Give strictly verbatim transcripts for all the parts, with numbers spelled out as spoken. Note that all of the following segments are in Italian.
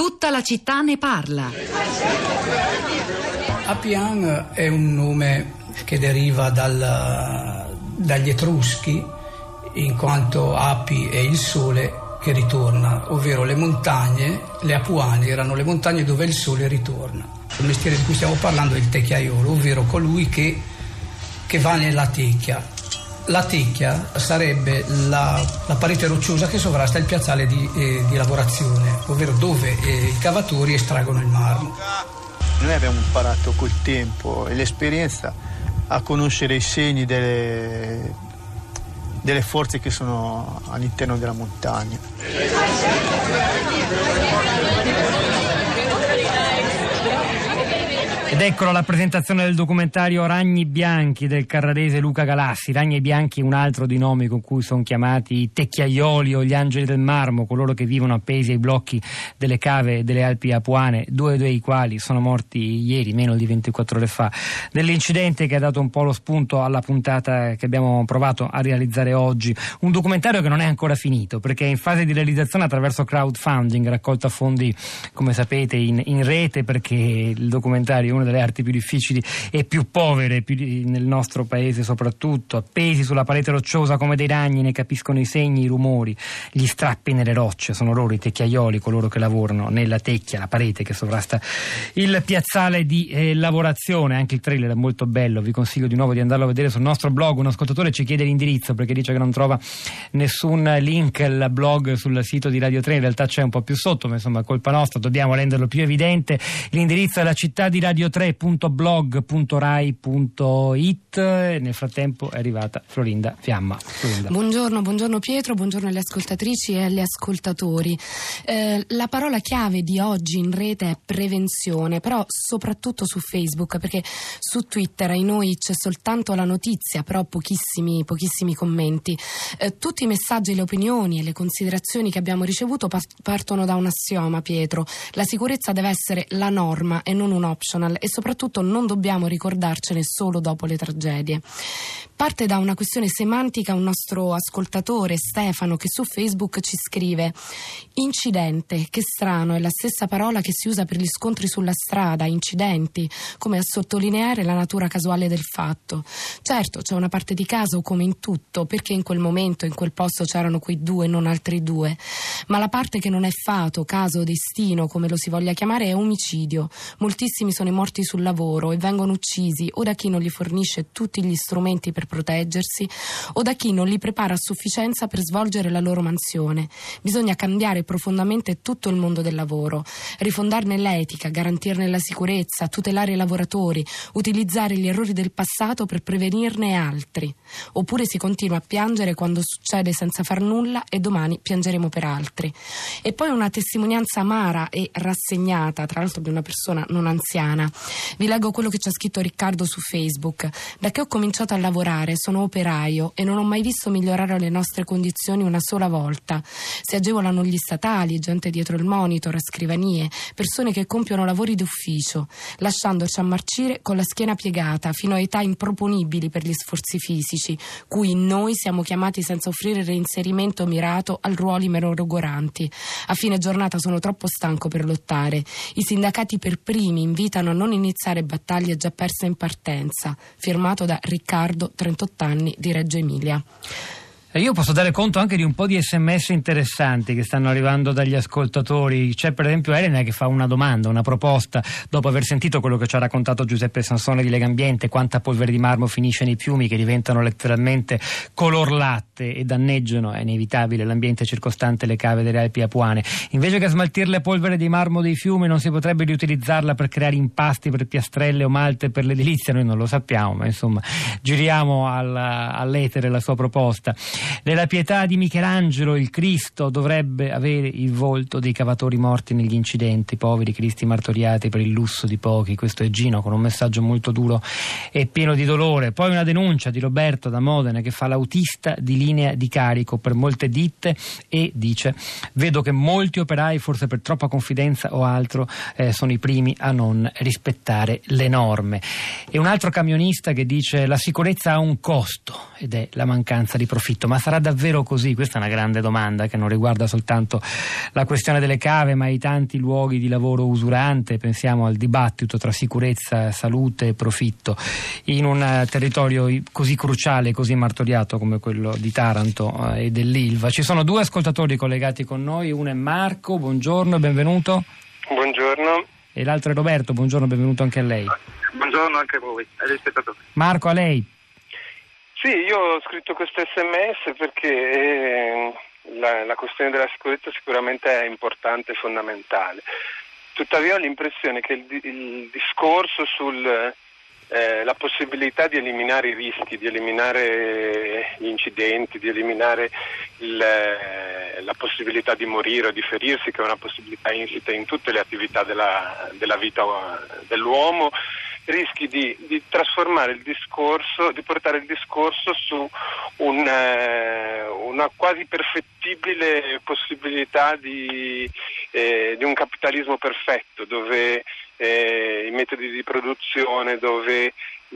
Tutta la città ne parla. Apian è un nome che deriva dal, dagli Etruschi, in quanto Api è il sole che ritorna, ovvero le montagne, le Apuane erano le montagne dove il sole ritorna. Il mestiere di cui stiamo parlando è il tecchiaiolo, ovvero colui che, che va nella tecchia. La tecchia sarebbe la, la parete rocciosa che sovrasta il piazzale di, eh, di lavorazione, ovvero dove eh, i cavatori estraggono il marmo. Noi abbiamo imparato col tempo e l'esperienza a conoscere i segni delle, delle forze che sono all'interno della montagna. Ed eccolo la presentazione del documentario Ragni Bianchi del carrarese Luca Galassi. Ragni Bianchi è un altro dei nomi con cui sono chiamati i tecchiaioli o gli angeli del marmo, coloro che vivono appesi ai blocchi delle cave delle Alpi Apuane, due dei quali sono morti ieri, meno di ventiquattro ore fa, nell'incidente che ha dato un po' lo spunto alla puntata che abbiamo provato a realizzare oggi. Un documentario che non è ancora finito, perché è in fase di realizzazione attraverso crowdfunding, raccolta fondi, come sapete, in, in rete, perché il documentario è una delle arti più difficili e più povere più di, nel nostro paese soprattutto. Appesi sulla parete rocciosa come dei ragni, ne capiscono i segni, i rumori, gli strappi nelle rocce. Sono loro i tecchiaioli, coloro che lavorano nella tecchia, la parete che sovrasta il piazzale di eh, lavorazione. Anche il trailer è molto bello, vi consiglio di nuovo di andarlo a vedere sul nostro blog. Un ascoltatore ci chiede l'indirizzo perché dice che non trova nessun link al blog sul sito di Radio tre. In realtà c'è un po' più sotto, ma insomma è colpa nostra, dobbiamo renderlo più evidente. L'indirizzo è la città di Radio tre punto blog punto rai punto it. Nel frattempo è arrivata Florinda Fiamma. Florinda. Buongiorno, buongiorno Pietro, buongiorno alle ascoltatrici e agli ascoltatori. Eh, la parola chiave di oggi in rete è prevenzione, però soprattutto su Facebook, perché su Twitter ai noi c'è soltanto la notizia, però pochissimi, pochissimi commenti. Eh, tutti i messaggi, le opinioni e le considerazioni che abbiamo ricevuto partono da un assioma, Pietro: la sicurezza deve essere la norma e non un optional, e soprattutto non dobbiamo ricordarcene solo dopo le tragedie. Parte da una questione semantica un nostro ascoltatore, Stefano, che su Facebook ci scrive: incidente, che strano, è la stessa parola che si usa per gli scontri sulla strada, incidenti, come a sottolineare la natura casuale del fatto. Certo, c'è una parte di caso come in tutto, perché in quel momento, in quel posto c'erano quei due, non altri due, ma la parte che non è fato, caso o destino, come lo si voglia chiamare, è omicidio. Moltissimi sono i morti sul lavoro e vengono uccisi o da chi non gli fornisce tutti gli strumenti per proteggersi o da chi non li prepara a sufficienza per svolgere la loro mansione. Bisogna cambiare profondamente tutto il mondo del lavoro, rifondarne l'etica, garantirne la sicurezza, tutelare i lavoratori, utilizzare gli errori del passato per prevenirne altri. Oppure si continua a piangere quando succede senza far nulla e domani piangeremo per altri. E poi una testimonianza amara e rassegnata, tra l'altro di una persona non anziana. Vi leggo quello che ci ha scritto Riccardo su Facebook. Da che ho cominciato a lavorare sono operaio e non ho mai visto migliorare le nostre condizioni una sola volta. Si agevolano gli statali, gente dietro il monitor, a scrivanie, persone che compiono lavori d'ufficio, lasciandoci a marcire con la schiena piegata fino a età improponibili per gli sforzi fisici, cui noi siamo chiamati senza offrire reinserimento mirato a ruoli meno logoranti. A fine giornata sono troppo stanco per lottare. I sindacati per primi invitano a non iniziare battaglie già perse in partenza. Firmato da Riccardo, trentotto anni, di Reggio Emilia. Io posso dare conto anche di un po' di sms interessanti che stanno arrivando dagli ascoltatori. C'è per esempio Elena che fa una domanda, una proposta, dopo aver sentito quello che ci ha raccontato Giuseppe Sansone di Legambiente, quanta polvere di marmo finisce nei fiumi che diventano letteralmente color latte e danneggiano, è inevitabile, l'ambiente circostante le cave delle Alpi Apuane. Invece che smaltire le polvere di marmo dei fiumi, non si potrebbe riutilizzarla per creare impasti per piastrelle o malte per l'edilizia? Noi non lo sappiamo, ma insomma giriamo alla, all'etere la sua proposta. Nella Pietà di Michelangelo il Cristo dovrebbe avere il volto dei cavatori morti negli incidenti, poveri cristi martoriati per il lusso di pochi. Questo è Gino con un messaggio molto duro e pieno di dolore. Poi una denuncia di Roberto da Modena che fa l'autista di linea di carico per molte ditte e dice: vedo che molti operai, forse per troppa confidenza o altro, eh, sono i primi a non rispettare le norme. E un altro camionista che dice: la sicurezza ha un costo ed è la mancanza di profitto. Ma Ma sarà davvero così? Questa è una grande domanda che non riguarda soltanto la questione delle cave, ma i tanti luoghi di lavoro usurante. Pensiamo al dibattito tra sicurezza, salute e profitto in un territorio così cruciale, così martoriato come quello di Taranto eh, e dell'Ilva. Ci sono due ascoltatori collegati con noi, uno è Marco, buongiorno e benvenuto. Buongiorno. E l'altro è Roberto, buongiorno e benvenuto anche a lei. Buongiorno anche a voi, agli spettatori. Marco, a lei. Sì, io ho scritto questo sms perché eh, la, la questione della sicurezza sicuramente è importante e fondamentale. Tuttavia ho l'impressione che il, il discorso sul eh, la possibilità di eliminare i rischi, di eliminare gli incidenti, di eliminare il, eh, la possibilità di morire o di ferirsi, che è una possibilità insita in tutte le attività della, della vita dell'uomo, rischi di, di trasformare il discorso, di portare il discorso su un, eh, una quasi perfettibile possibilità di, eh, di un capitalismo perfetto, dove eh, i metodi di produzione, dove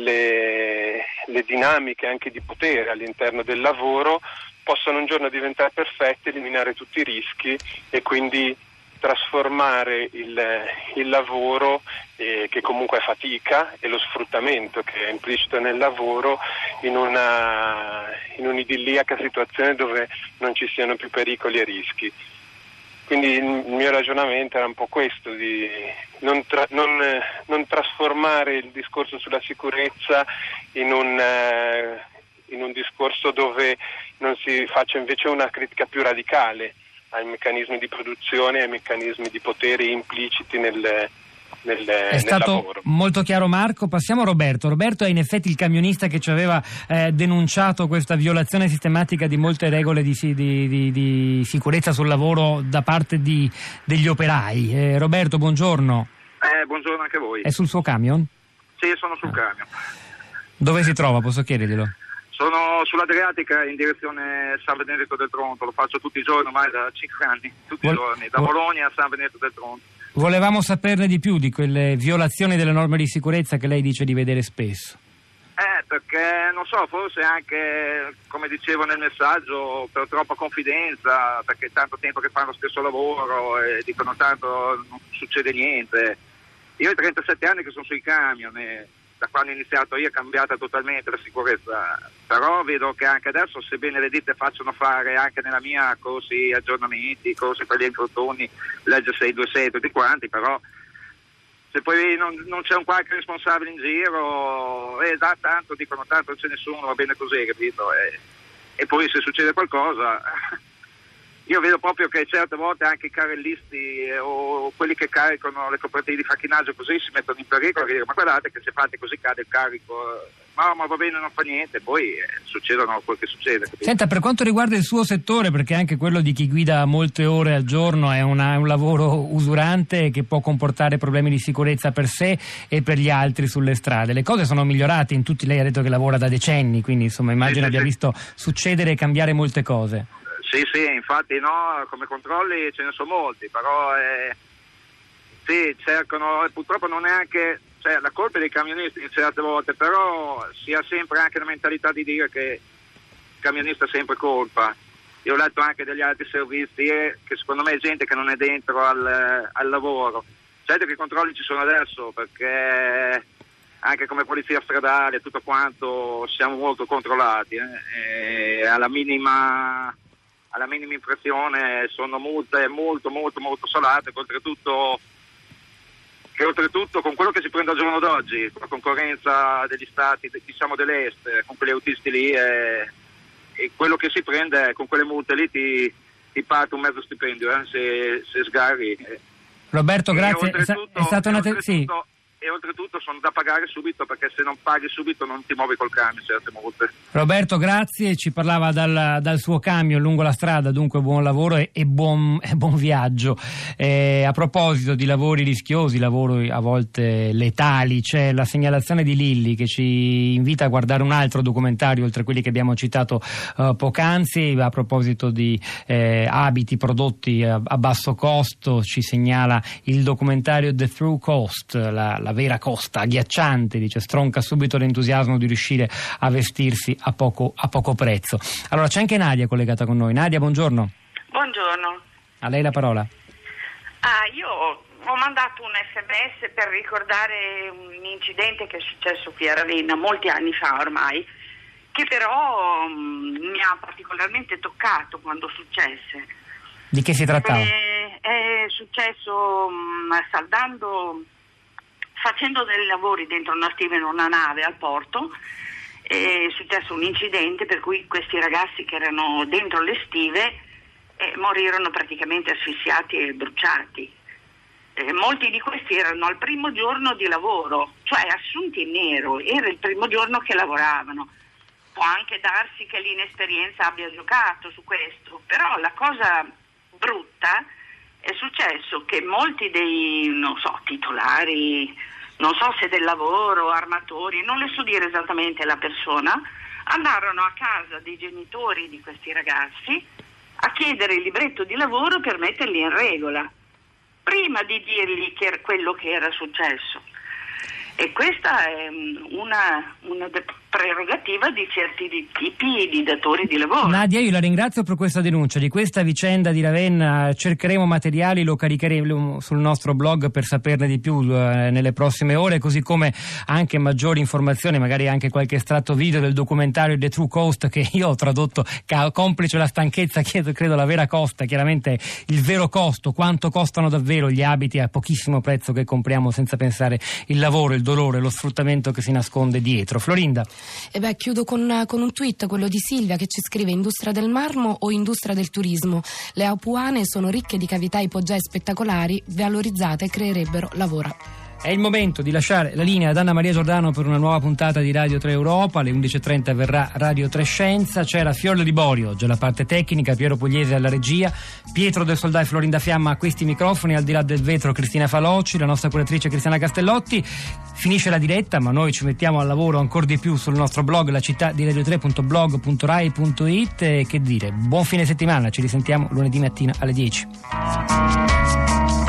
le, le dinamiche anche di potere all'interno del lavoro possono un giorno diventare perfette, eliminare tutti i rischi e quindi trasformare il, il lavoro, eh, che comunque è fatica, e lo sfruttamento che è implicito nel lavoro in una in un'idilliaca situazione dove non ci siano più pericoli e rischi. Quindi il mio ragionamento era un po' questo, di non, tra, non, non trasformare il discorso sulla sicurezza in un, eh, in un discorso dove non si faccia invece una critica più radicale ai meccanismi di produzione e ai meccanismi di potere impliciti nel, nel, è nel stato lavoro. Molto chiaro Marco. Passiamo a Roberto. Roberto è in effetti il camionista che ci aveva eh, denunciato questa violazione sistematica di molte regole di, di, di, di sicurezza sul lavoro da parte di, degli operai. Eh, Roberto, buongiorno. Eh, buongiorno anche a voi. È sul suo camion? Sì, sono sul ah. camion. Dove si trova? Posso chiederglielo? Sono sull'Adriatica in direzione San Benedetto del Tronto, lo faccio tutti i giorni, ormai da cinque anni, tutti Vol- i giorni, da vol- Bologna a San Benedetto del Tronto. Volevamo saperne di più di quelle violazioni delle norme di sicurezza che lei dice di vedere spesso. Eh, perché non so, forse anche, come dicevo nel messaggio, per troppa confidenza, perché è tanto tempo che fanno lo stesso lavoro e dicono tanto non succede niente. Io ho trentasette anni che sono sui camion e da quando ho iniziato io è cambiata totalmente la sicurezza, però vedo che anche adesso, sebbene le ditte facciano fare anche nella mia corsi aggiornamenti, corsi per gli infortuni, legge sei due sei, tutti quanti, però se poi non, non c'è un qualche responsabile in giro, eh, da tanto dicono tanto non c'è nessuno, va bene così, capito? E, e poi se succede qualcosa... Io vedo proprio che certe volte anche i carrellisti eh, o quelli che caricano le cooperative di facchinaggio così si mettono in pericolo e dicono ma guardate che se fate così cade il carico, ma, ma va bene, non fa niente, poi eh, succedono quel che succede. Capito? Senta, per quanto riguarda il suo settore, perché anche quello di chi guida molte ore al giorno è, una, è un lavoro usurante che può comportare problemi di sicurezza per sé e per gli altri sulle strade, le cose sono migliorate in tutti, lei ha detto che lavora da decenni, quindi insomma immagino sì, abbia sì. visto succedere e cambiare molte cose. Sì, sì, infatti no, come controlli ce ne sono molti, però eh, sì, cercano, e purtroppo non è anche, cioè la colpa è dei camionisti certe volte, però si ha sempre anche la mentalità di dire che il camionista ha sempre colpa. Io ho letto anche degli altri servizi eh, che secondo me è gente che non è dentro al, al lavoro. Certo che i controlli ci sono adesso, perché anche come polizia stradale e tutto quanto siamo molto controllati, eh, e alla minima... alla minima infrazione sono multe molto molto molto salate, che oltretutto, che oltretutto con quello che si prende al giorno d'oggi, con la concorrenza degli stati, diciamo dell'est, con quegli autisti lì, e, e quello che si prende con quelle multe lì ti, ti parte un mezzo stipendio eh, se, se sgarri. Roberto, grazie. È stata una te- sì. E oltretutto sono da pagare subito, perché se non paghi subito non ti muovi col camion certe volte. Roberto, grazie, ci parlava dal, dal suo camion lungo la strada, dunque buon lavoro e, e, buon, e buon viaggio. Eh, a proposito di lavori rischiosi, lavori a volte letali, c'è la segnalazione di Lilli che ci invita a guardare un altro documentario oltre a quelli che abbiamo citato uh, poc'anzi. A proposito di eh, abiti prodotti a, a basso costo, ci segnala il documentario The True Cost, la, la vera costa, agghiacciante, dice, stronca subito l'entusiasmo di riuscire a vestirsi a poco, a poco prezzo. Allora c'è anche Nadia collegata con noi. Nadia, buongiorno. Buongiorno. A lei la parola. Ah, io ho mandato un sms per ricordare un incidente che è successo qui a Ravenna molti anni fa ormai, che però um, mi ha particolarmente toccato quando successe. Di che si trattava? È, è successo um, saldando, facendo dei lavori dentro una stiva in una nave al porto. È successo un incidente per cui questi ragazzi che erano dentro le stive eh, morirono praticamente asfissiati e bruciati. Eh, molti di questi erano al primo giorno di lavoro, cioè assunti in nero, era il primo giorno che lavoravano. Può anche darsi che l'inesperienza abbia giocato su questo, però la cosa brutta è successo che molti dei, non so, titolari, non so se del lavoro, armatori, non le so dire esattamente la persona, andarono a casa dei genitori di questi ragazzi a chiedere il libretto di lavoro per metterli in regola, prima di dirgli che quello che era successo. E questa è una, una prerogativa di certi tipi di datori di lavoro. Nadia, io la ringrazio per questa denuncia. Di questa vicenda di Ravenna cercheremo materiali, lo caricheremo sul nostro blog per saperne di più eh, nelle prossime ore, così come anche maggiori informazioni, magari anche qualche estratto video del documentario The True Cost, che io ho tradotto complice la stanchezza, chiedo, credo la vera costa, chiaramente il vero costo, quanto costano davvero gli abiti a pochissimo prezzo che compriamo senza pensare il lavoro, il dolore, lo sfruttamento che si nasconde dietro. Florinda. E beh, chiudo con, con un tweet, quello di Silvia, che ci scrive: industria del marmo o industria del turismo? Le apuane sono ricche di cavità ipogee spettacolari, valorizzate creerebbero lavoro. È il momento di lasciare la linea ad Anna Maria Giordano per una nuova puntata di Radio tre Europa. Alle undici e trenta verrà Radio tre Scienza. C'è la Fiorella Di Borio oggi alla parte tecnica, Piero Pugliese alla regia, Pietro del Soldà e Florinda Fiamma a questi microfoni, al di là del vetro Cristina Faloci, la nostra curatrice Cristiana Castellotti. Finisce la diretta, ma noi ci mettiamo al lavoro ancora di più sul nostro blog, la città di radio tre punto blog punto rai punto it. E che dire, buon fine settimana, ci risentiamo lunedì mattina alle dieci.